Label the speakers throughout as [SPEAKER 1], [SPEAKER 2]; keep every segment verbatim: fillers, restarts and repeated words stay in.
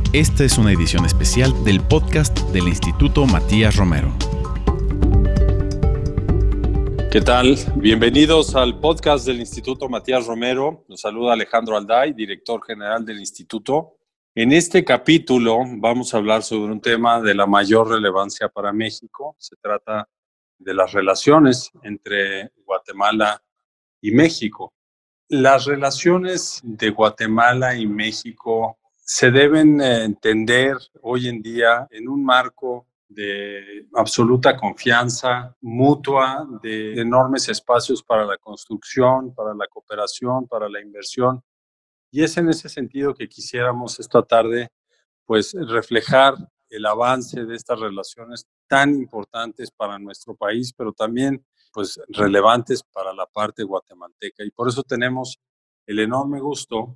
[SPEAKER 1] Esta es una edición especial del podcast del Instituto Matías Romero.
[SPEAKER 2] ¿Qué tal? Bienvenidos al podcast del Instituto Matías Romero. Nos saluda Alejandro Alday, director general del Instituto. En este capítulo vamos a hablar sobre un tema de la mayor relevancia para México. Se trata de las relaciones entre Guatemala y México. Las relaciones de Guatemala y México se deben eh, entender hoy en día en un marco de absoluta confianza mutua, de enormes espacios para la construcción, para la cooperación, para la inversión. Y es en ese sentido que quisiéramos esta tarde pues, reflejar el avance de estas relaciones tan importantes para nuestro país, pero también pues, relevantes para la parte guatemalteca. Y por eso tenemos el enorme gusto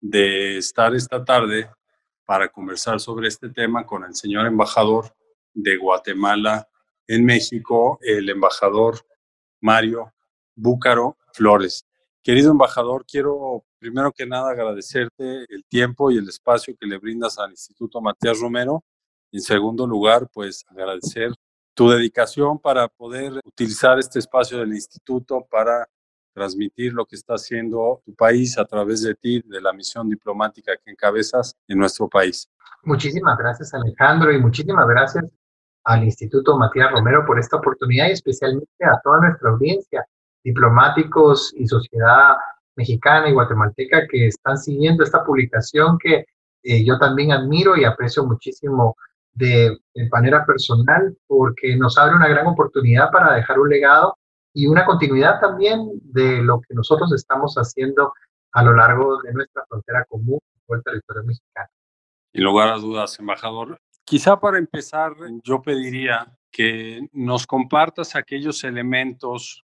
[SPEAKER 2] de estar esta tarde para conversar sobre este tema con el señor embajador de Guatemala en México, el embajador Mario Búcaro Flores. Querido embajador, quiero primero que nada agradecerte el tiempo y el espacio que le brindas al Instituto Matías Romero. En segundo lugar, pues agradecer tu dedicación para poder utilizar este espacio del instituto para transmitir lo que está haciendo tu país a través de ti, de la misión diplomática que encabezas en nuestro país.
[SPEAKER 3] Muchísimas gracias, Alejandro, y muchísimas gracias al Instituto Matías Romero por esta oportunidad y especialmente a toda nuestra audiencia, diplomáticos y sociedad mexicana y guatemalteca que están siguiendo esta publicación que eh, yo también admiro y aprecio muchísimo de, de manera personal porque nos abre una gran oportunidad para dejar un legado y una continuidad también de lo que nosotros estamos haciendo a lo largo de nuestra frontera común por el territorio mexicano.
[SPEAKER 2] Sin lugar a dudas, embajador. Quizá para empezar, yo pediría que nos compartas aquellos elementos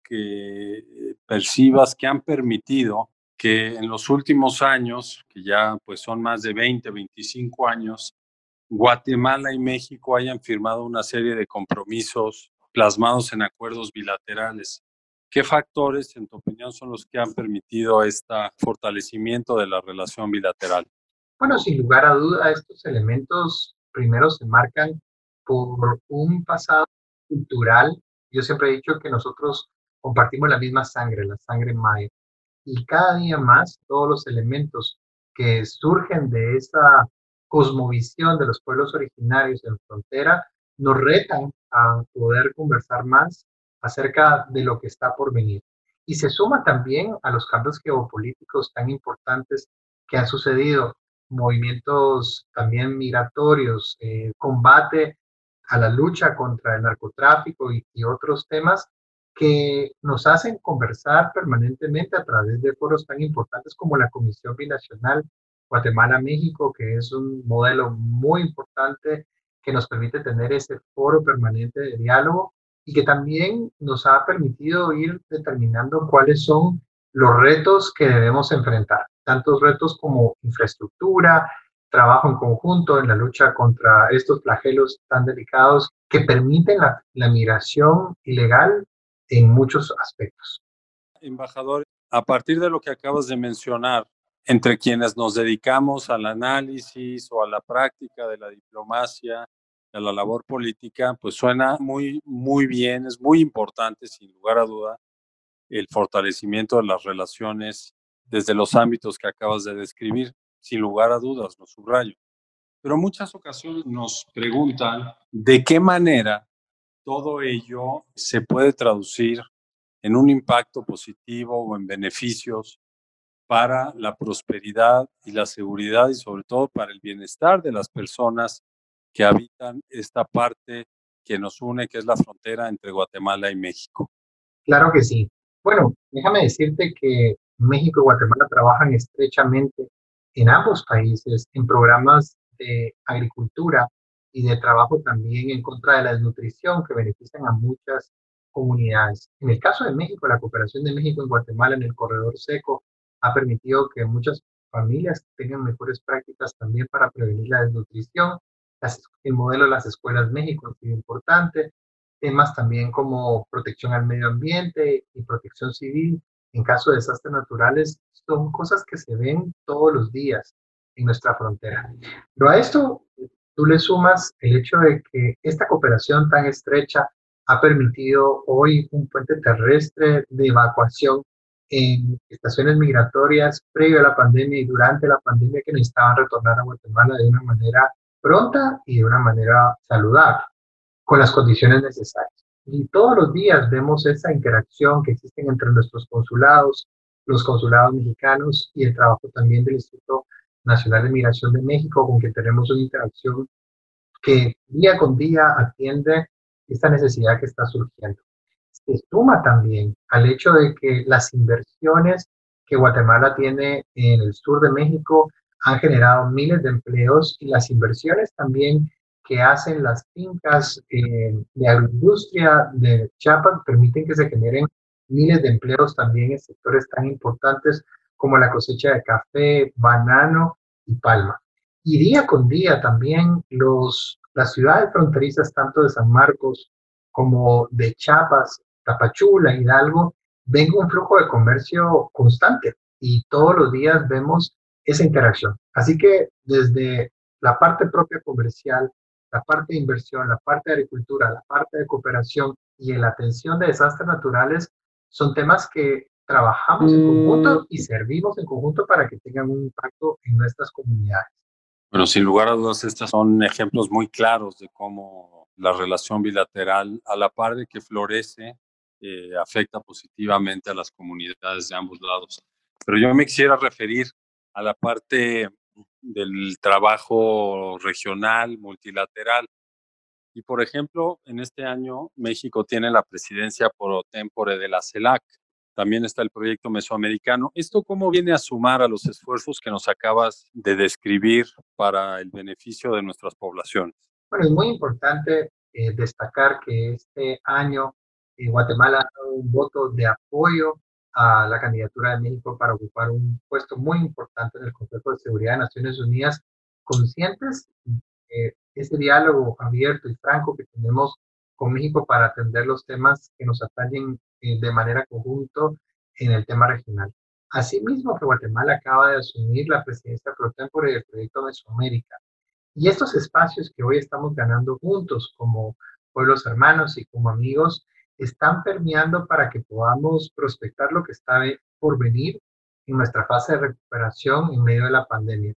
[SPEAKER 2] que percibas que han permitido que en los últimos años, que ya pues son más de veinte, veinticinco años, Guatemala y México hayan firmado una serie de compromisos plasmados en acuerdos bilaterales. ¿Qué factores, en tu opinión, son los que han permitido este fortalecimiento de la relación bilateral?
[SPEAKER 3] Bueno, sin lugar a duda, estos elementos primero se marcan por un pasado cultural. Yo siempre he dicho que nosotros compartimos la misma sangre, la sangre maya. Y cada día más, todos los elementos que surgen de esa cosmovisión de los pueblos originarios en frontera nos retan a poder conversar más acerca de lo que está por venir. Y se suma también a los cambios geopolíticos tan importantes que han sucedido, movimientos también migratorios, eh, combate a la lucha contra el narcotráfico y, y otros temas que nos hacen conversar permanentemente a través de foros tan importantes como la Comisión Binacional Guatemala-México, que es un modelo muy importante que nos permite tener ese foro permanente de diálogo y que también nos ha permitido ir determinando cuáles son los retos que debemos enfrentar, tantos retos como infraestructura, trabajo en conjunto en la lucha contra estos flagelos tan delicados que permiten la, la migración ilegal en muchos aspectos.
[SPEAKER 2] Embajador, a partir de lo que acabas de mencionar, entre quienes nos dedicamos al análisis o a la práctica de la diplomacia, a la labor política, pues suena muy, muy bien, es muy importante, sin lugar a duda, el fortalecimiento de las relaciones desde los ámbitos que acabas de describir, sin lugar a dudas, lo subrayo. Pero en muchas ocasiones nos preguntan de qué manera todo ello se puede traducir en un impacto positivo o en beneficios para la prosperidad y la seguridad y sobre todo para el bienestar de las personas que habitan esta parte que nos une, que es la frontera entre Guatemala y México.
[SPEAKER 3] Claro que sí. Bueno, déjame decirte que México y Guatemala trabajan estrechamente en ambos países en programas de agricultura y de trabajo también en contra de la desnutrición que benefician a muchas comunidades. En el caso de México, la cooperación de México en Guatemala en el corredor seco ha permitido que muchas familias tengan mejores prácticas también para prevenir la desnutrición. Las- el modelo de las escuelas México ha sido importante. Temas también como protección al medio ambiente y protección civil en caso de desastres naturales son cosas que se ven todos los días en nuestra frontera. Pero a esto tú le sumas el hecho de que esta cooperación tan estrecha ha permitido hoy un puente terrestre de evacuación en estaciones migratorias previo a la pandemia y durante la pandemia que necesitaban retornar a Guatemala de una manera pronta y de una manera saludable, con las condiciones necesarias. Y todos los días vemos esa interacción que existe entre nuestros consulados, los consulados mexicanos y el trabajo también del Instituto Nacional de Migración de México, con quien tenemos una interacción que día con día atiende esta necesidad que está surgiendo. Se suma también al hecho de que las inversiones que Guatemala tiene en el sur de México han generado miles de empleos y las inversiones también que hacen las fincas eh, de agroindustria de Chiapas permiten que se generen miles de empleos también en sectores tan importantes como la cosecha de café, banano y palma. Y día con día también los, las ciudades fronterizas, tanto de San Marcos como de Chiapas, Tapachula, Hidalgo, ven un flujo de comercio constante y todos los días vemos esa interacción. Así que desde la parte propia comercial, la parte de inversión, la parte de agricultura, la parte de cooperación y en la atención de desastres naturales son temas que trabajamos en conjunto y servimos en conjunto para que tengan un impacto en nuestras comunidades.
[SPEAKER 2] Bueno, sin lugar a dudas, estos son ejemplos muy claros de cómo la relación bilateral, a la par de que florece, eh, afecta positivamente a las comunidades de ambos lados. Pero yo me quisiera referir a la parte del trabajo regional, multilateral. Y, por ejemplo, en este año México tiene la presidencia pro tempore de la CELAC. También está el proyecto mesoamericano. ¿Esto cómo viene a sumar a los esfuerzos que nos acabas de describir para el beneficio de nuestras poblaciones?
[SPEAKER 3] Bueno, es muy importante eh, destacar que este año eh, Guatemala ha dado un voto de apoyo a la candidatura de México para ocupar un puesto muy importante en el Consejo de Seguridad de Naciones Unidas, conscientes de ese diálogo abierto y franco que tenemos con México para atender los temas que nos atañen eh, de manera conjunta en el tema regional. Asimismo, que Guatemala acaba de asumir la presidencia pro tempore del proyecto Mesoamérica. Y estos espacios que hoy estamos ganando juntos como pueblos hermanos y como amigos están permeando para que podamos prospectar lo que está por venir en nuestra fase de recuperación en medio de la pandemia.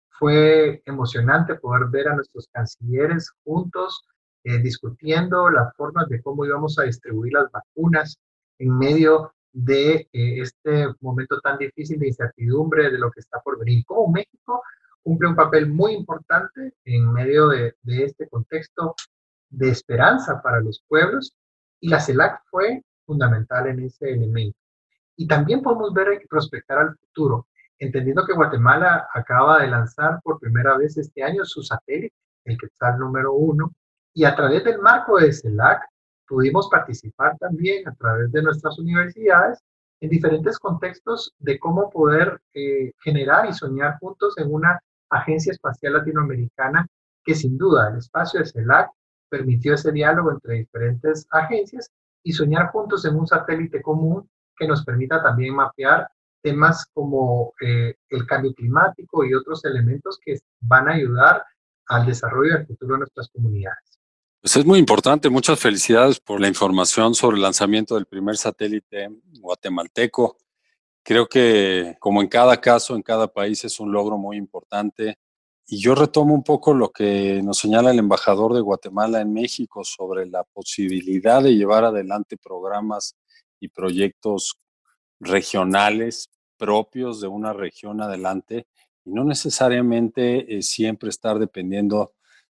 [SPEAKER 3] Fue emocionante poder ver a nuestros cancilleres juntos eh, discutiendo las formas de cómo íbamos a distribuir las vacunas en medio de eh, este momento tan difícil de incertidumbre de lo que está por venir. Como México cumple un papel muy importante en medio de, de este contexto de esperanza para los pueblos y la CELAC fue fundamental en ese elemento. Y también podemos ver y prospectar al futuro, entendiendo que Guatemala acaba de lanzar por primera vez este año su satélite, el Quetzal número uno, y a través del marco de CELAC pudimos participar también a través de nuestras universidades en diferentes contextos de cómo poder eh, generar y soñar juntos en una agencia espacial latinoamericana que sin duda el espacio de CELAC permitió ese diálogo entre diferentes agencias y soñar juntos en un satélite común que nos permita también mapear temas como eh, el cambio climático y otros elementos que van a ayudar al desarrollo y al futuro de nuestras comunidades.
[SPEAKER 2] Pues es muy importante. Muchas felicidades por la información sobre el lanzamiento del primer satélite guatemalteco. Creo que, como en cada caso, en cada país, es un logro muy importante. Y yo retomo un poco lo que nos señala el embajador de Guatemala en México sobre la posibilidad de llevar adelante programas y proyectos regionales propios de una región adelante y no necesariamente eh, siempre estar dependiendo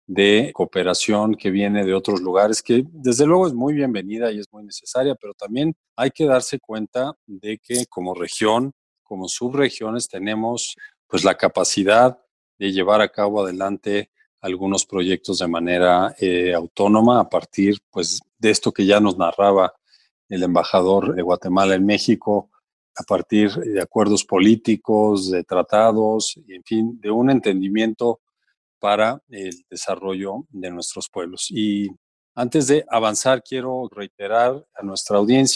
[SPEAKER 2] de cooperación que viene de otros lugares, que desde luego es muy bienvenida y es muy necesaria, pero también hay que darse cuenta de que como región, como subregiones, tenemos pues la capacidad de llevar a cabo adelante algunos proyectos de manera eh, autónoma a partir pues de esto que ya nos narraba el embajador de Guatemala en México, a partir de acuerdos políticos, de tratados, y en fin, de un entendimiento para el desarrollo de nuestros pueblos. Y antes de avanzar, quiero reiterar a nuestra audiencia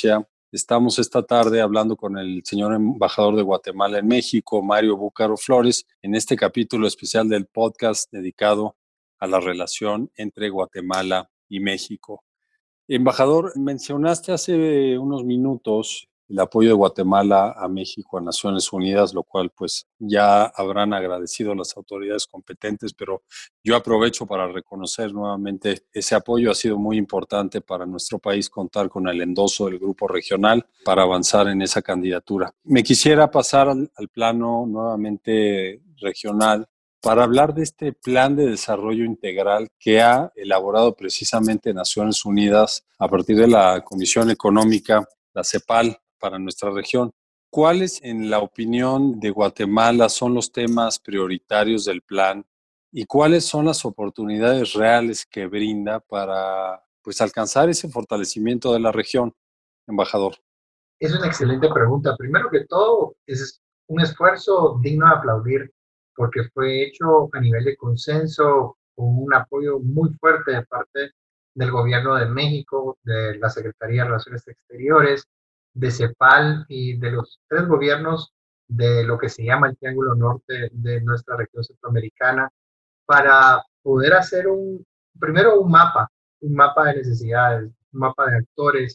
[SPEAKER 2] Estamos esta tarde hablando con el señor embajador de Guatemala en México, Mario Búcaro Flores, en este capítulo especial del podcast dedicado a la relación entre Guatemala y México. Embajador, mencionaste hace unos minutos el apoyo de Guatemala a México, a Naciones Unidas, lo cual pues ya habrán agradecido las autoridades competentes, pero yo aprovecho para reconocer nuevamente ese apoyo. Ha sido muy importante para nuestro país contar con el endoso del grupo regional para avanzar en esa candidatura. Me quisiera pasar al, al plano nuevamente regional para hablar de este plan de desarrollo integral que ha elaborado precisamente Naciones Unidas a partir de la Comisión Económica, la CEPAL, para nuestra región. ¿Cuáles, en la opinión de Guatemala, son los temas prioritarios del plan y cuáles son las oportunidades reales que brinda para pues, alcanzar ese fortalecimiento de la región, embajador?
[SPEAKER 3] Es una excelente pregunta. Primero que todo, es un esfuerzo digno de aplaudir porque fue hecho a nivel de consenso, con un apoyo muy fuerte de parte del Gobierno de México, de la Secretaría de Relaciones Exteriores, de CEPAL y de los tres gobiernos de lo que se llama el Triángulo Norte de nuestra región centroamericana, para poder hacer un, primero un mapa, un mapa de necesidades, un mapa de actores,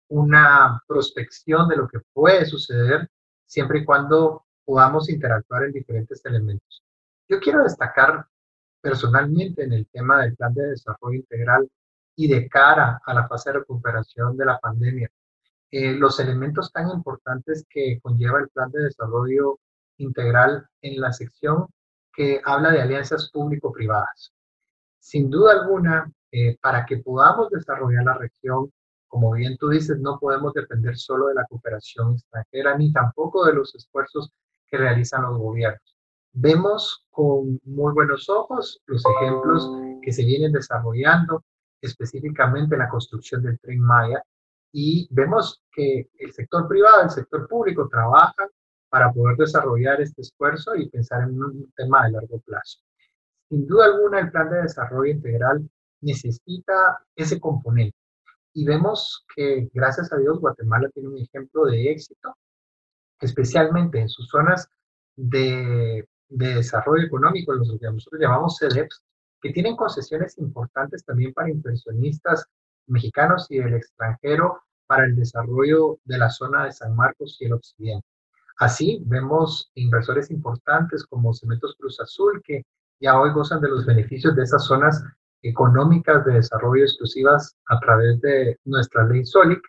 [SPEAKER 3] una prospección de lo que puede suceder siempre y cuando podamos interactuar en diferentes elementos. Yo quiero destacar personalmente en el tema del Plan de Desarrollo Integral y de cara a la fase de recuperación de la pandemia, eh, los elementos tan importantes que conlleva el Plan de Desarrollo Integral en la sección que habla de alianzas público-privadas. Sin duda alguna, eh, para que podamos desarrollar la región, como bien tú dices, no podemos depender solo de la cooperación extranjera ni tampoco de los esfuerzos que realizan los gobiernos. Vemos con muy buenos ojos los ejemplos que se vienen desarrollando, específicamente la construcción del Tren Maya, y vemos que el sector privado, el sector público trabajan para poder desarrollar este esfuerzo y pensar en un tema de largo plazo. Sin duda alguna, el Plan de Desarrollo Integral necesita ese componente. Y vemos que, gracias a Dios, Guatemala tiene un ejemplo de éxito, especialmente en sus zonas de, de desarrollo económico, los que nosotros llamamos C D E Ps, que tienen concesiones importantes también para inversionistas mexicanos y del extranjero para el desarrollo de la zona de San Marcos y el occidente. Así, vemos inversores importantes como Cementos Cruz Azul, que ya hoy gozan de los beneficios de esas zonas económicas de desarrollo exclusivas a través de nuestra ley SOLIC.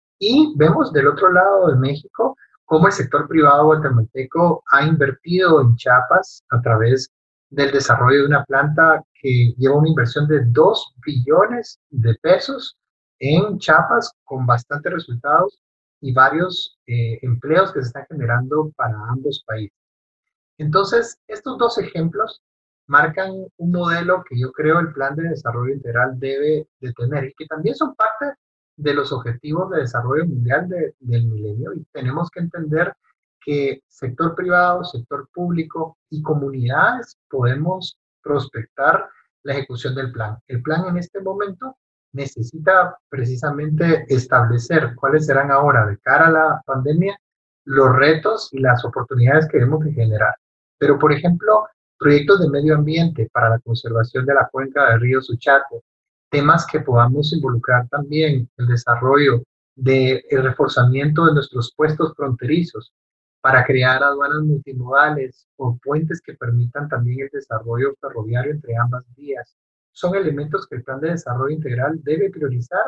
[SPEAKER 3] Y vemos del otro lado de México cómo el sector privado guatemalteco ha invertido en Chiapas a través del desarrollo de una planta que lleva una inversión de dos billones de pesos en Chiapas, con bastantes resultados y varios eh, empleos que se están generando para ambos países. Entonces, estos dos ejemplos marcan un modelo que yo creo el Plan de Desarrollo Integral debe de tener y que también son parte de los objetivos de desarrollo mundial de, del milenio, y tenemos que entender que sector privado, sector público y comunidades podemos prospectar la ejecución del plan. El plan en este momento necesita precisamente establecer cuáles serán ahora, de cara a la pandemia, los retos y las oportunidades que debemos de generar. Pero, por ejemplo, proyectos de medio ambiente para la conservación de la cuenca del río Suchiate, temas que podamos involucrar también el desarrollo del reforzamiento de nuestros puestos fronterizos para crear aduanas multimodales o puentes que permitan también el desarrollo ferroviario entre ambas vías. Son elementos que el Plan de Desarrollo Integral debe priorizar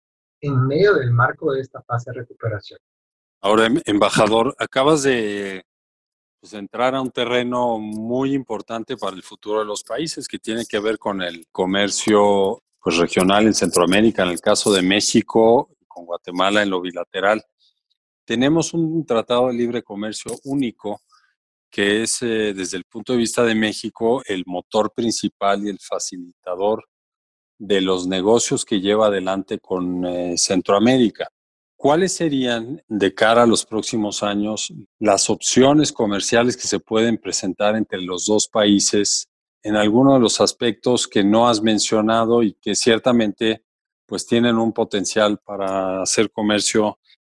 [SPEAKER 3] en medio del marco de esta fase de recuperación.
[SPEAKER 2] Ahora, embajador, acabas de pues, entrar a un terreno muy importante para el futuro de los países, que tiene que ver con el comercio pues, regional en Centroamérica, en el caso de México, con Guatemala en lo bilateral. Tenemos un tratado de libre comercio único que es, eh, desde el punto de vista de México, el motor principal y el facilitador de los negocios que lleva adelante con eh, Centroamérica. ¿Cuáles serían, de cara a los próximos años, las opciones comerciales que se pueden presentar entre los dos países en alguno de los aspectos que no has mencionado y que ciertamente pues, tienen un potencial para hacer comercio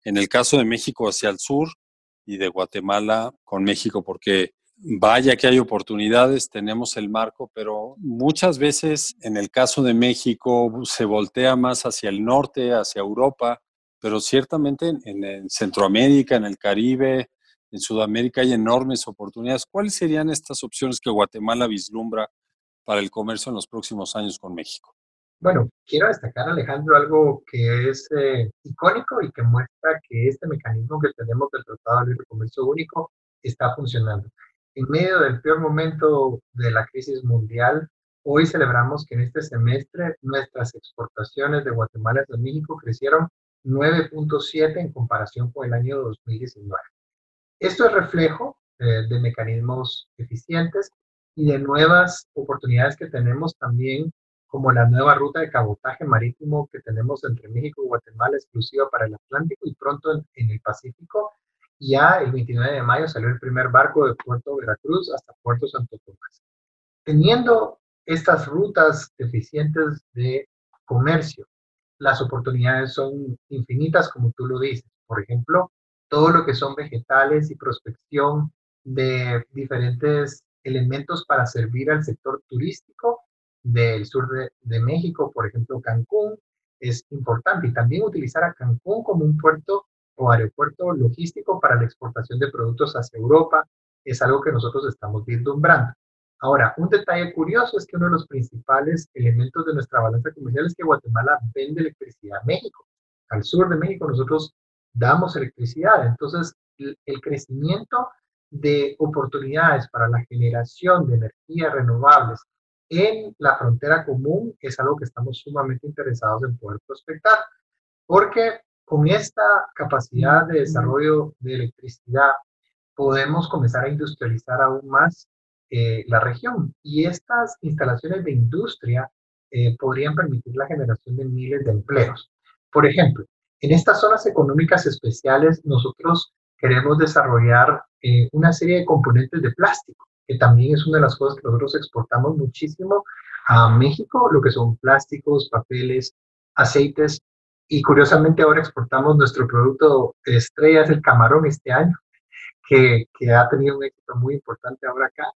[SPEAKER 2] en el caso de México hacia el sur y de Guatemala con México, porque vaya que hay oportunidades, tenemos el marco, pero muchas veces en el caso de México se voltea más hacia el norte, hacia Europa, pero ciertamente en, en Centroamérica, en el Caribe, en Sudamérica hay enormes oportunidades. ¿Cuáles serían estas opciones que Guatemala vislumbra para el comercio en los próximos años con México?
[SPEAKER 3] Bueno, quiero destacar, Alejandro, algo que es eh, icónico y que muestra que este mecanismo que tenemos del Tratado de Libre Comercio Único está funcionando. En medio del peor momento de la crisis mundial, hoy celebramos que en este semestre nuestras exportaciones de Guatemala hacia México crecieron nueve punto siete en comparación con el año dos mil diecinueve. Esto es reflejo eh, de mecanismos eficientes y de nuevas oportunidades que tenemos también, como la nueva ruta de cabotaje marítimo que tenemos entre México y Guatemala, exclusiva para el Atlántico y pronto en, en el Pacífico. Ya el veintinueve de mayo salió el primer barco de Puerto Veracruz hasta Puerto Santo Tomás. Teniendo estas rutas eficientes de comercio, las oportunidades son infinitas, como tú lo dices. Por ejemplo, todo lo que son vegetales y prospección de diferentes elementos para servir al sector turístico del sur de, de México, por ejemplo, Cancún, es importante. Y también utilizar a Cancún como un puerto o aeropuerto logístico para la exportación de productos hacia Europa es algo que nosotros estamos vislumbrando. Ahora, un detalle curioso es que uno de los principales elementos de nuestra balanza comercial es que Guatemala vende electricidad a México. Al sur de México nosotros damos electricidad. Entonces, el, el crecimiento de oportunidades para la generación de energías renovables en la frontera común es algo que estamos sumamente interesados en poder prospectar, porque con esta capacidad de desarrollo de electricidad podemos comenzar a industrializar aún más eh, la región, y estas instalaciones de industria eh, podrían permitir la generación de miles de empleos. Por ejemplo, en estas zonas económicas especiales nosotros queremos desarrollar eh, una serie de componentes de plástico, que también es una de las cosas que nosotros exportamos muchísimo a México, lo que son plásticos, papeles, aceites, y curiosamente ahora exportamos nuestro producto estrella, es el camarón este año, que, que ha tenido un éxito muy importante ahora acá.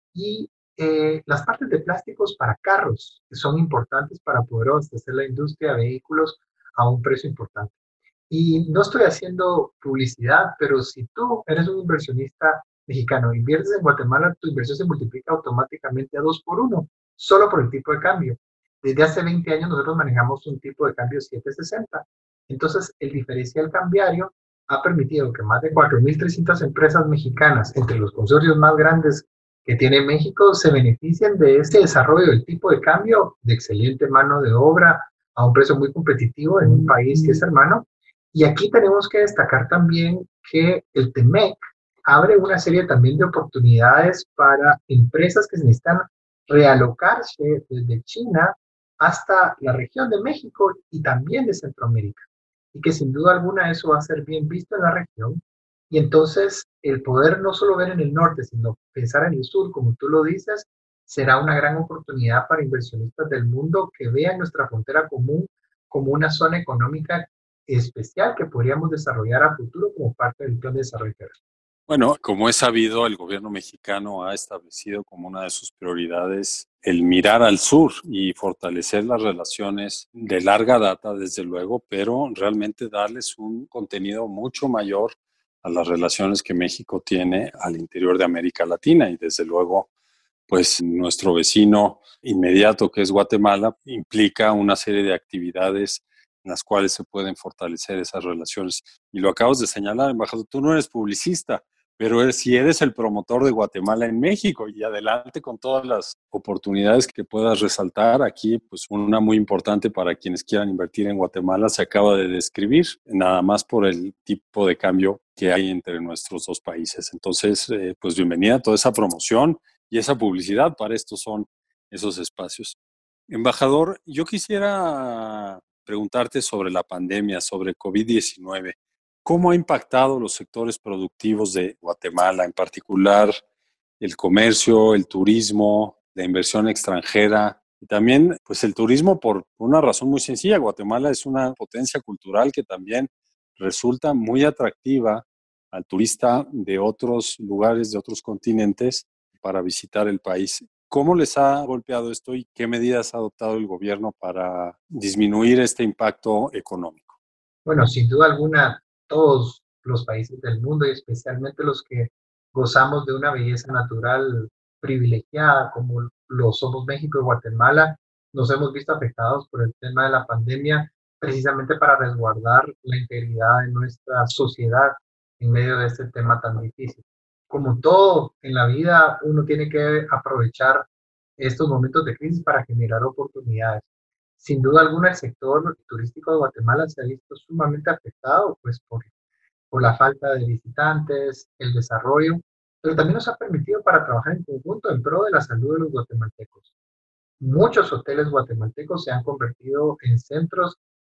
[SPEAKER 3] Y eh, las partes de plásticos para carros, que son importantes para poder abastecer la industria de vehículos a un precio importante. Y no estoy haciendo publicidad, pero si tú eres un inversionista mexicano, inviertes en Guatemala, tu inversión se multiplica automáticamente a dos por uno, solo por el tipo de cambio. Desde hace veinte años nosotros manejamos un tipo de cambio siete sesenta. Entonces, el diferencial cambiario ha permitido que más de cuatro mil trescientas empresas mexicanas, entre los consorcios más grandes que tiene México, se beneficien de este desarrollo del tipo de cambio de excelente mano de obra a un precio muy competitivo en un país que es hermano. Y aquí tenemos que destacar también que el TEMEC abre una serie también de oportunidades para empresas que necesitan realocarse desde China hasta la región de México y también de Centroamérica. Y que sin duda alguna eso va a ser bien visto en la región. Y entonces el poder no solo ver en el norte, sino pensar en el sur, como tú lo dices, será una gran oportunidad para inversionistas del mundo que vean nuestra frontera común como una zona económica especial que podríamos desarrollar a futuro como parte del Plan de Desarrollo Integral.
[SPEAKER 2] Bueno, como es sabido, el gobierno mexicano ha establecido como una de sus prioridades el mirar al sur y fortalecer las relaciones de larga data, desde luego, pero realmente darles un contenido mucho mayor a las relaciones que México tiene al interior de América Latina. Y desde luego, pues nuestro vecino inmediato, que es Guatemala, implica una serie de actividades en las cuales se pueden fortalecer esas relaciones. Y lo acabas de señalar, embajador, tú no eres publicista, pero eres, si eres el promotor de Guatemala en México, y adelante con todas las oportunidades que puedas resaltar. Aquí, pues una muy importante para quienes quieran invertir en Guatemala se acaba de describir, nada más por el tipo de cambio que hay entre nuestros dos países. Entonces, eh, pues bienvenida a toda esa promoción y esa publicidad, para esto son esos espacios. Embajador, yo quisiera preguntarte sobre la pandemia, sobre COVID diecinueve. ¿Cómo ha impactado los sectores productivos de Guatemala, en particular el comercio, el turismo, la inversión extranjera y también pues el turismo por una razón muy sencilla? Guatemala es una potencia cultural que también resulta muy atractiva al turista de otros lugares, de otros continentes, para visitar el país. ¿Cómo les ha golpeado esto y qué medidas ha adoptado el gobierno para disminuir este impacto económico?
[SPEAKER 3] Bueno, sin duda alguna, todos los países del mundo y especialmente los que gozamos de una belleza natural privilegiada como lo somos México y Guatemala, nos hemos visto afectados por el tema de la pandemia precisamente para resguardar la integridad de nuestra sociedad en medio de este tema tan difícil. Como todo en la vida, uno tiene que aprovechar estos momentos de crisis para generar oportunidades. Sin duda alguna, el sector turístico de Guatemala se ha visto sumamente afectado pues, por, por la falta de visitantes, el desarrollo, pero también nos ha permitido para trabajar en conjunto en pro de la salud de los guatemaltecos. Muchos hoteles guatemaltecos se han convertido en centros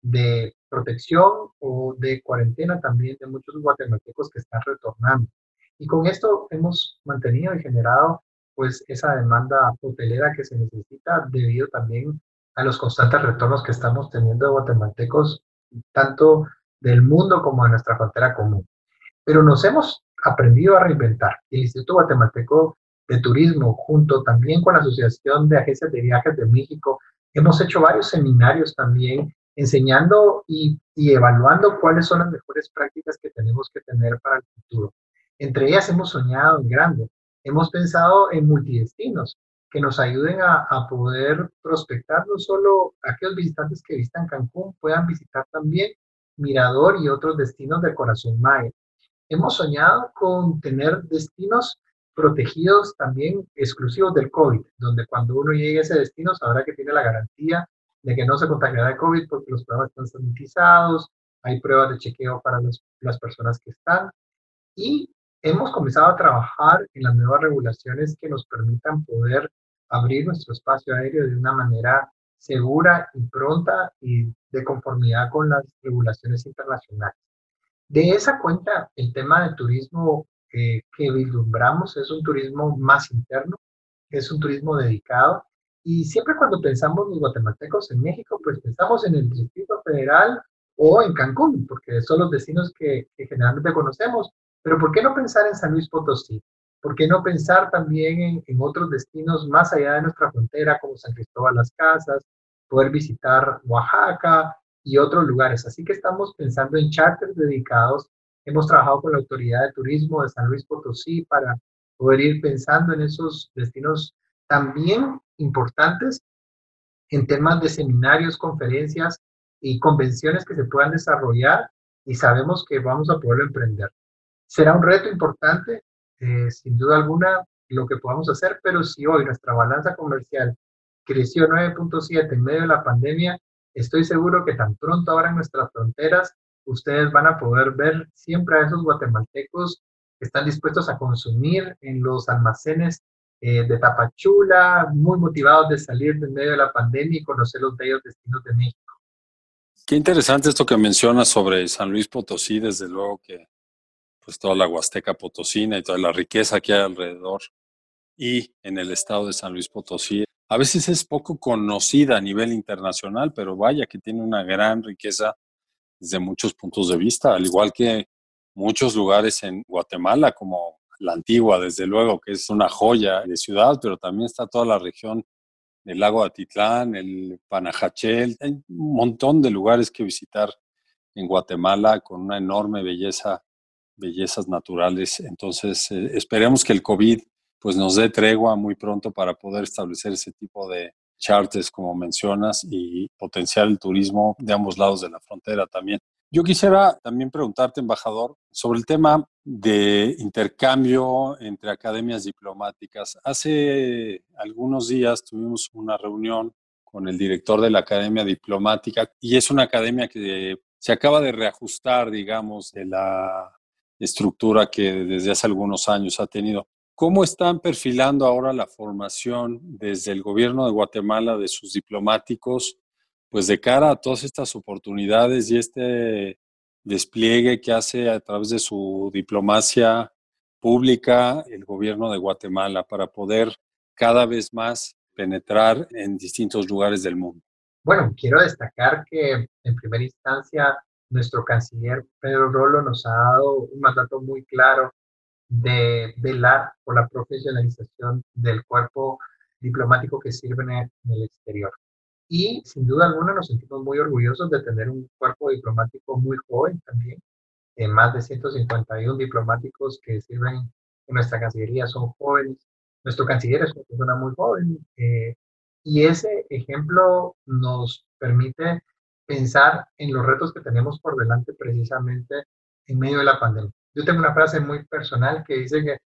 [SPEAKER 3] de protección o de cuarentena también de muchos guatemaltecos que están retornando. Y con esto hemos mantenido y generado pues esa demanda hotelera que se necesita debido también a los constantes retornos que estamos teniendo de guatemaltecos, tanto del mundo como de nuestra frontera común. Pero nos hemos aprendido a reinventar. El Instituto Guatemalteco de Turismo, junto también con la Asociación de Agencias de Viajes de México, hemos hecho varios seminarios también enseñando y, y evaluando cuáles son las mejores prácticas que tenemos que tener para el futuro. Entre ellas hemos soñado en grande, hemos pensado en multidestinos que nos ayuden a, a poder prospectar no solo aquellos visitantes que visitan Cancún, puedan visitar también Mirador y otros destinos del corazón maya. Hemos soñado con tener destinos protegidos también exclusivos del COVID, donde cuando uno llegue a ese destino sabrá que tiene la garantía de que no se contagiará de COVID porque los programas están sanitizados, hay pruebas de chequeo para los, las personas que están y hemos comenzado a trabajar en las nuevas regulaciones que nos permitan poder abrir nuestro espacio aéreo de una manera segura y pronta y de conformidad con las regulaciones internacionales. De esa cuenta, el tema de turismo eh, que vislumbramos es un turismo más interno, es un turismo dedicado. Y siempre cuando pensamos los guatemaltecos en México, pues pensamos en el Distrito Federal o en Cancún, porque son los destinos que, que generalmente conocemos. Pero ¿por qué no pensar en San Luis Potosí? ¿Por qué no pensar también en, en otros destinos más allá de nuestra frontera, como San Cristóbal Las Casas, poder visitar Oaxaca y otros lugares? Así que estamos pensando en charters dedicados. Hemos trabajado con la Autoridad de Turismo de San Luis Potosí para poder ir pensando en esos destinos también importantes en temas de seminarios, conferencias y convenciones que se puedan desarrollar y sabemos que vamos a poderlo emprender. Será un reto importante, eh, sin duda alguna, lo que podamos hacer, pero si hoy nuestra balanza comercial creció nueve punto siete en medio de la pandemia, estoy seguro que tan pronto abran nuestras fronteras, ustedes van a poder ver siempre a esos guatemaltecos que están dispuestos a consumir en los almacenes eh, de Tapachula, muy motivados de salir de medio de la pandemia y conocer los bellos destinos de México.
[SPEAKER 2] Qué interesante esto que mencionas sobre San Luis Potosí, desde luego que pues toda la Huasteca Potosina y toda la riqueza que hay alrededor y en el estado de San Luis Potosí. A veces es poco conocida a nivel internacional, pero vaya que tiene una gran riqueza desde muchos puntos de vista, al igual que muchos lugares en Guatemala, como la Antigua, desde luego, que es una joya de ciudad, pero también está toda la región del lago Atitlán, el Panajachel, hay un montón de lugares que visitar en Guatemala con una enorme belleza, bellezas naturales. Entonces, eh, esperemos que el COVID pues, nos dé tregua muy pronto para poder establecer ese tipo de charters, como mencionas, y potenciar el turismo de ambos lados de la frontera también. Yo quisiera también preguntarte, embajador, sobre el tema de intercambio entre academias diplomáticas. Hace algunos días tuvimos una reunión con el director de la Academia Diplomática y es una academia que se acaba de reajustar, digamos, de la estructura que desde hace algunos años ha tenido. ¿Cómo están perfilando ahora la formación desde el gobierno de Guatemala de sus diplomáticos, pues de cara a todas estas oportunidades y este despliegue que hace a través de su diplomacia pública el gobierno de Guatemala para poder cada vez más penetrar en distintos lugares del mundo?
[SPEAKER 3] Bueno, quiero destacar que en primera instancia nuestro canciller Pedro Rolo nos ha dado un mandato muy claro de velar por la profesionalización del cuerpo diplomático que sirve en el, en el exterior. Y sin duda alguna nos sentimos muy orgullosos de tener un cuerpo diplomático muy joven también. Eh, más de ciento cincuenta y uno diplomáticos que sirven en nuestra Cancillería son jóvenes. Nuestro canciller es una persona muy joven. Eh, y ese ejemplo nos permite pensar en los retos que tenemos por delante precisamente en medio de la pandemia. Yo tengo una frase muy personal que dice que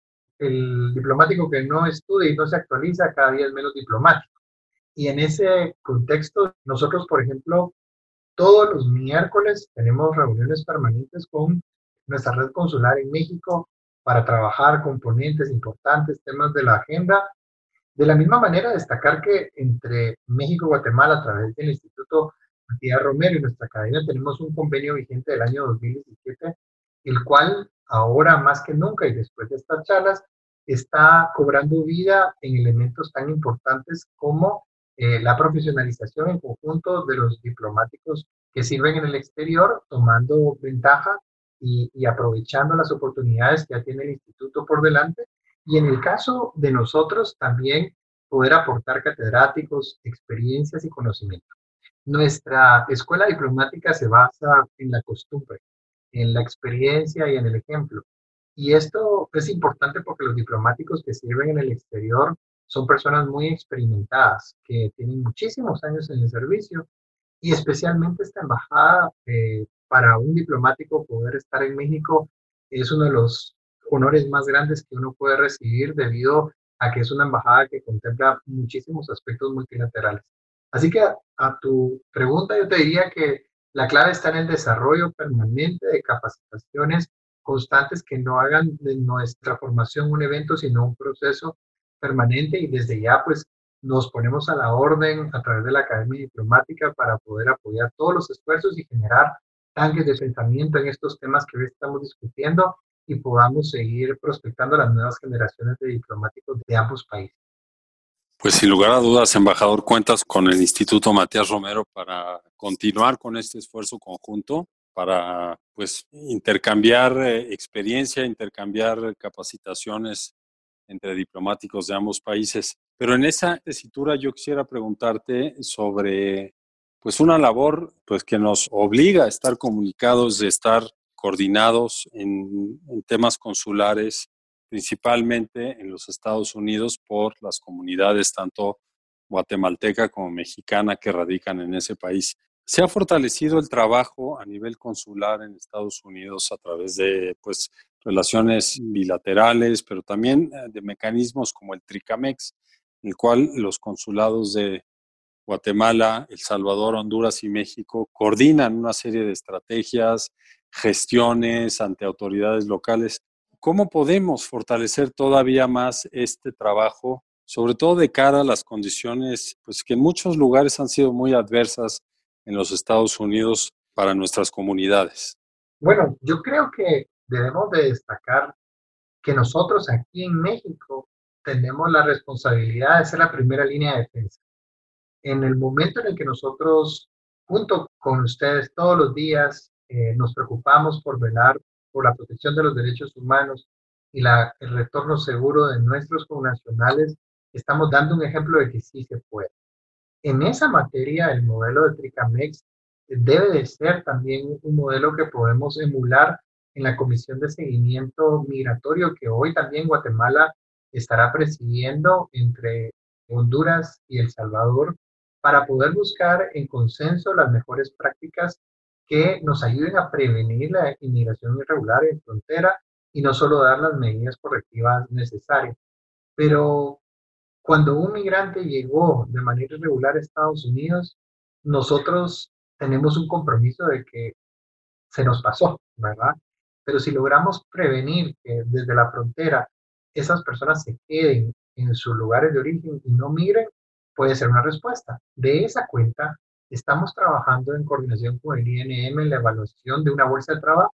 [SPEAKER 3] el diplomático que no estudia y no se actualiza cada día es menos diplomático. Y en ese contexto, nosotros, por ejemplo, todos los miércoles tenemos reuniones permanentes con nuestra red consular en México para trabajar componentes importantes, temas de la agenda. De la misma manera, destacar que entre México y Guatemala, a través del Instituto Matías Romero y nuestra academia, tenemos un convenio vigente del año dos mil diecisiete, el cual ahora más que nunca y después de estas charlas, está cobrando vida en elementos tan importantes como eh, la profesionalización en conjunto de los diplomáticos que sirven en el exterior, tomando ventaja y, y aprovechando las oportunidades que ya tiene el instituto por delante. Y en el caso de nosotros también poder aportar catedráticos, experiencias y conocimiento. Nuestra escuela diplomática se basa en la costumbre, en la experiencia y en el ejemplo. Y esto es importante porque los diplomáticos que sirven en el exterior son personas muy experimentadas, que tienen muchísimos años en el servicio, y especialmente esta embajada, eh, para un diplomático poder estar en México es uno de los honores más grandes que uno puede recibir debido a que es una embajada que contempla muchísimos aspectos multilaterales. Así que a, a tu pregunta yo te diría que la clave está en el desarrollo permanente de capacitaciones constantes que no hagan de nuestra formación un evento, sino un proceso permanente, y desde ya pues nos ponemos a la orden a través de la Academia Diplomática para poder apoyar todos los esfuerzos y generar tanques de pensamiento en estos temas que hoy estamos discutiendo y podamos seguir prospectando las nuevas generaciones de diplomáticos de ambos países.
[SPEAKER 2] Pues sin lugar a dudas, embajador, cuentas con el Instituto Matías Romero para continuar con este esfuerzo conjunto, para pues intercambiar eh, experiencia, intercambiar capacitaciones entre diplomáticos de ambos países. Pero en esa tesitura yo quisiera preguntarte sobre pues una labor pues que nos obliga a estar comunicados, de estar coordinados en, en temas consulares, principalmente en los Estados Unidos, por las comunidades tanto guatemalteca como mexicana que radican en ese país. Se ha fortalecido el trabajo a nivel consular en Estados Unidos a través de pues, relaciones bilaterales, pero también de mecanismos como el TRICAMEX, en el cual los consulados de Guatemala, El Salvador, Honduras y México coordinan una serie de estrategias, gestiones ante autoridades locales. ¿Cómo podemos fortalecer todavía más este trabajo, sobre todo de cara a las condiciones pues, que en muchos lugares han sido muy adversas en los Estados Unidos para nuestras comunidades?
[SPEAKER 3] Bueno, yo creo que debemos de destacar que nosotros aquí en México tenemos la responsabilidad de ser la primera línea de defensa. En el momento en el que nosotros, junto con ustedes todos los días, eh, nos preocupamos por velar por la protección de los derechos humanos y la, el retorno seguro de nuestros connacionales, estamos dando un ejemplo de que sí se puede. En esa materia, el modelo de TRICAMEX debe de ser también un modelo que podemos emular en la Comisión de Seguimiento Migratorio que hoy también Guatemala estará presidiendo entre Honduras y El Salvador, para poder buscar en consenso las mejores prácticas que nos ayuden a prevenir la inmigración irregular en frontera y no solo dar las medidas correctivas necesarias. Pero cuando un migrante llegó de manera irregular a Estados Unidos, nosotros tenemos un compromiso de que se nos pasó, ¿verdad? Pero si logramos prevenir que desde la frontera esas personas se queden en sus lugares de origen y no migren, puede ser una respuesta. De esa cuenta, estamos trabajando en coordinación con el I N M en la evaluación de una bolsa de trabajo.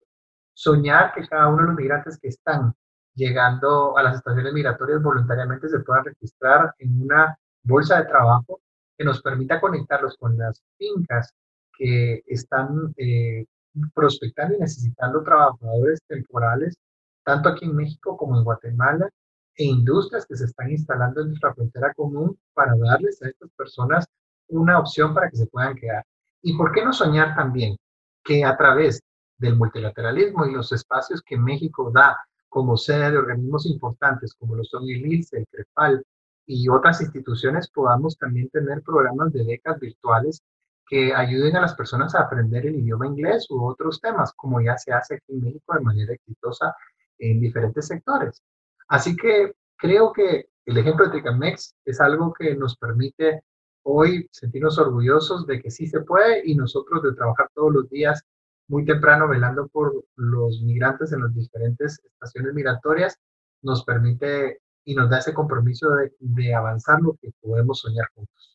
[SPEAKER 3] Soñar que cada uno de los migrantes que están llegando a las estaciones migratorias voluntariamente se puedan registrar en una bolsa de trabajo que nos permita conectarlos con las fincas que están eh, prospectando y necesitando trabajadores temporales, tanto aquí en México como en Guatemala, e industrias que se están instalando en nuestra frontera común para darles a estas personas una opción para que se puedan quedar. ¿Y por qué no soñar también que a través del multilateralismo y los espacios que México da como sede de organismos importantes como lo son el I L S E, el CREPAL y otras instituciones, podamos también tener programas de becas virtuales que ayuden a las personas a aprender el idioma inglés u otros temas, como ya se hace aquí en México de manera exitosa en diferentes sectores? Así que creo que el ejemplo de Tricamex es algo que nos permite hoy sentirnos orgullosos de que sí se puede, y nosotros de trabajar todos los días muy temprano velando por los migrantes en las diferentes estaciones migratorias, nos permite y nos da ese compromiso de, de avanzar lo que podemos soñar juntos.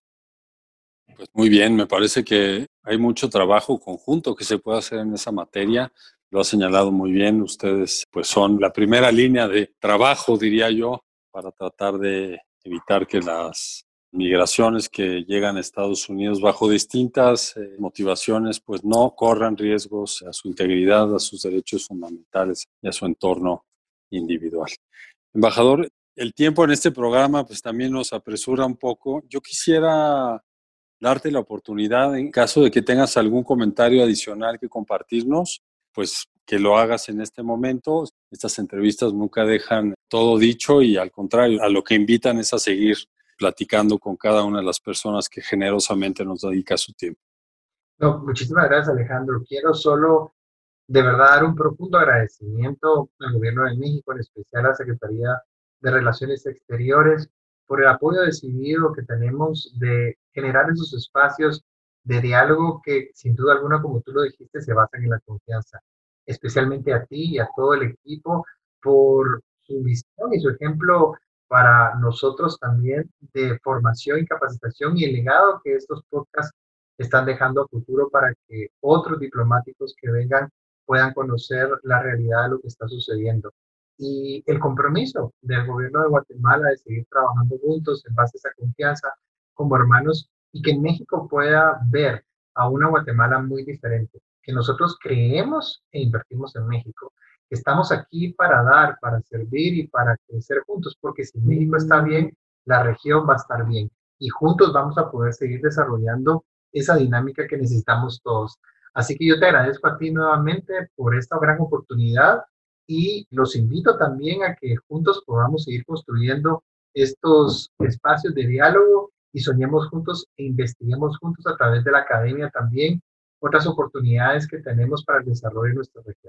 [SPEAKER 2] Pues muy bien, me parece que hay mucho trabajo conjunto que se puede hacer en esa materia. Lo ha señalado muy bien. Ustedes pues son la primera línea de trabajo, diría yo, para tratar de evitar que las migraciones que llegan a Estados Unidos bajo distintas eh, motivaciones pues no corran riesgos a su integridad, a sus derechos fundamentales y a su entorno individual. Embajador, el tiempo en este programa pues también nos apresura un poco. Yo quisiera darte la oportunidad, en caso de que tengas algún comentario adicional que compartirnos, pues que lo hagas en este momento. Estas entrevistas nunca dejan todo dicho y al contrario, a lo que invitan es a seguir platicando con cada una de las personas que generosamente nos dedica su tiempo.
[SPEAKER 3] No, muchísimas gracias, Alejandro. Quiero solo de verdad dar un profundo agradecimiento al Gobierno de México, en especial a la Secretaría de Relaciones Exteriores, por el apoyo decidido que tenemos de generar esos espacios de diálogo que, sin duda alguna, como tú lo dijiste, se basan en la confianza. Especialmente a ti y a todo el equipo por su visión y su ejemplo para nosotros también de formación y capacitación, y el legado que estos podcasts están dejando a futuro para que otros diplomáticos que vengan puedan conocer la realidad de lo que está sucediendo. Y el compromiso del gobierno de Guatemala de seguir trabajando juntos en base a esa confianza como hermanos, y que en México pueda ver a una Guatemala muy diferente, que nosotros creemos e invertimos en México, que estamos aquí para dar, para servir y para crecer juntos, porque si México está bien, la región va a estar bien y juntos vamos a poder seguir desarrollando esa dinámica que necesitamos todos. Así que yo te agradezco a ti nuevamente por esta gran oportunidad y los invito también a que juntos podamos seguir construyendo estos espacios de diálogo y soñemos juntos e investiguemos juntos a través de la academia también otras oportunidades que tenemos para el desarrollo de nuestra región.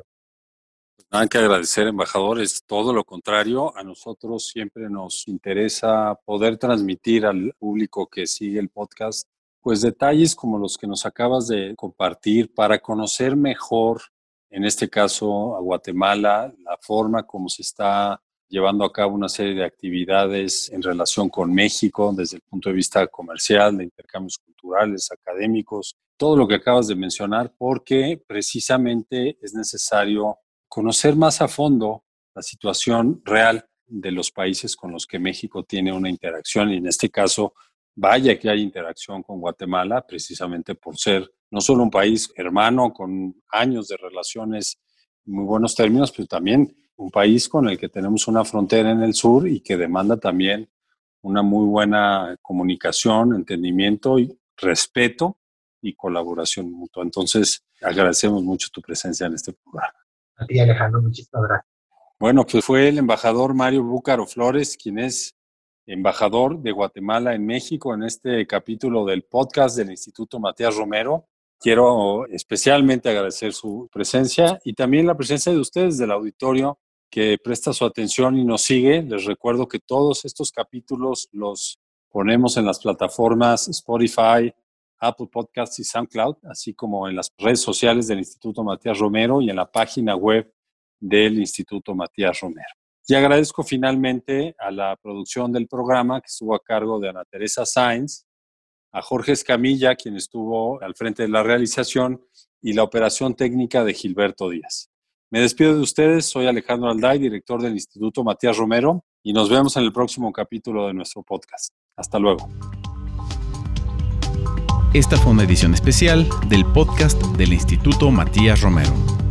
[SPEAKER 2] Nada que agradecer, embajador, es todo lo contrario. A nosotros siempre nos interesa poder transmitir al público que sigue el podcast pues detalles como los que nos acabas de compartir para conocer mejor, en este caso a Guatemala, la forma como se está llevando a cabo una serie de actividades en relación con México desde el punto de vista comercial, de intercambios culturales, académicos, todo lo que acabas de mencionar, porque precisamente es necesario conocer más a fondo la situación real de los países con los que México tiene una interacción, y en este caso, vaya que hay interacción con Guatemala, precisamente por ser no solo un país hermano con años de relaciones en muy buenos términos, pero también un país con el que tenemos una frontera en el sur y que demanda también una muy buena comunicación, entendimiento y respeto y colaboración mutua. Entonces, agradecemos mucho tu presencia en este programa.
[SPEAKER 3] A ti, Alejandro, muchísimas gracias.
[SPEAKER 2] Bueno, pues fue el embajador Mario Búcaro Flores, quien es embajador de Guatemala en México, en este capítulo del podcast del Instituto Matías Romero. Quiero especialmente agradecer su presencia y también la presencia de ustedes del auditorio que presta su atención y nos sigue. Les recuerdo que todos estos capítulos los ponemos en las plataformas Spotify, Apple Podcasts y SoundCloud, así como en las redes sociales del Instituto Matías Romero y en la página web del Instituto Matías Romero. Y agradezco finalmente a la producción del programa, que estuvo a cargo de Ana Teresa Sáenz, a Jorge Escamilla, quien estuvo al frente de la realización, y la operación técnica de Gilberto Díaz. Me despido de ustedes, soy Alejandro Alday, director del Instituto Matías Romero, y nos vemos en el próximo capítulo de nuestro podcast. Hasta luego.
[SPEAKER 1] Esta fue una edición especial del podcast del Instituto Matías Romero.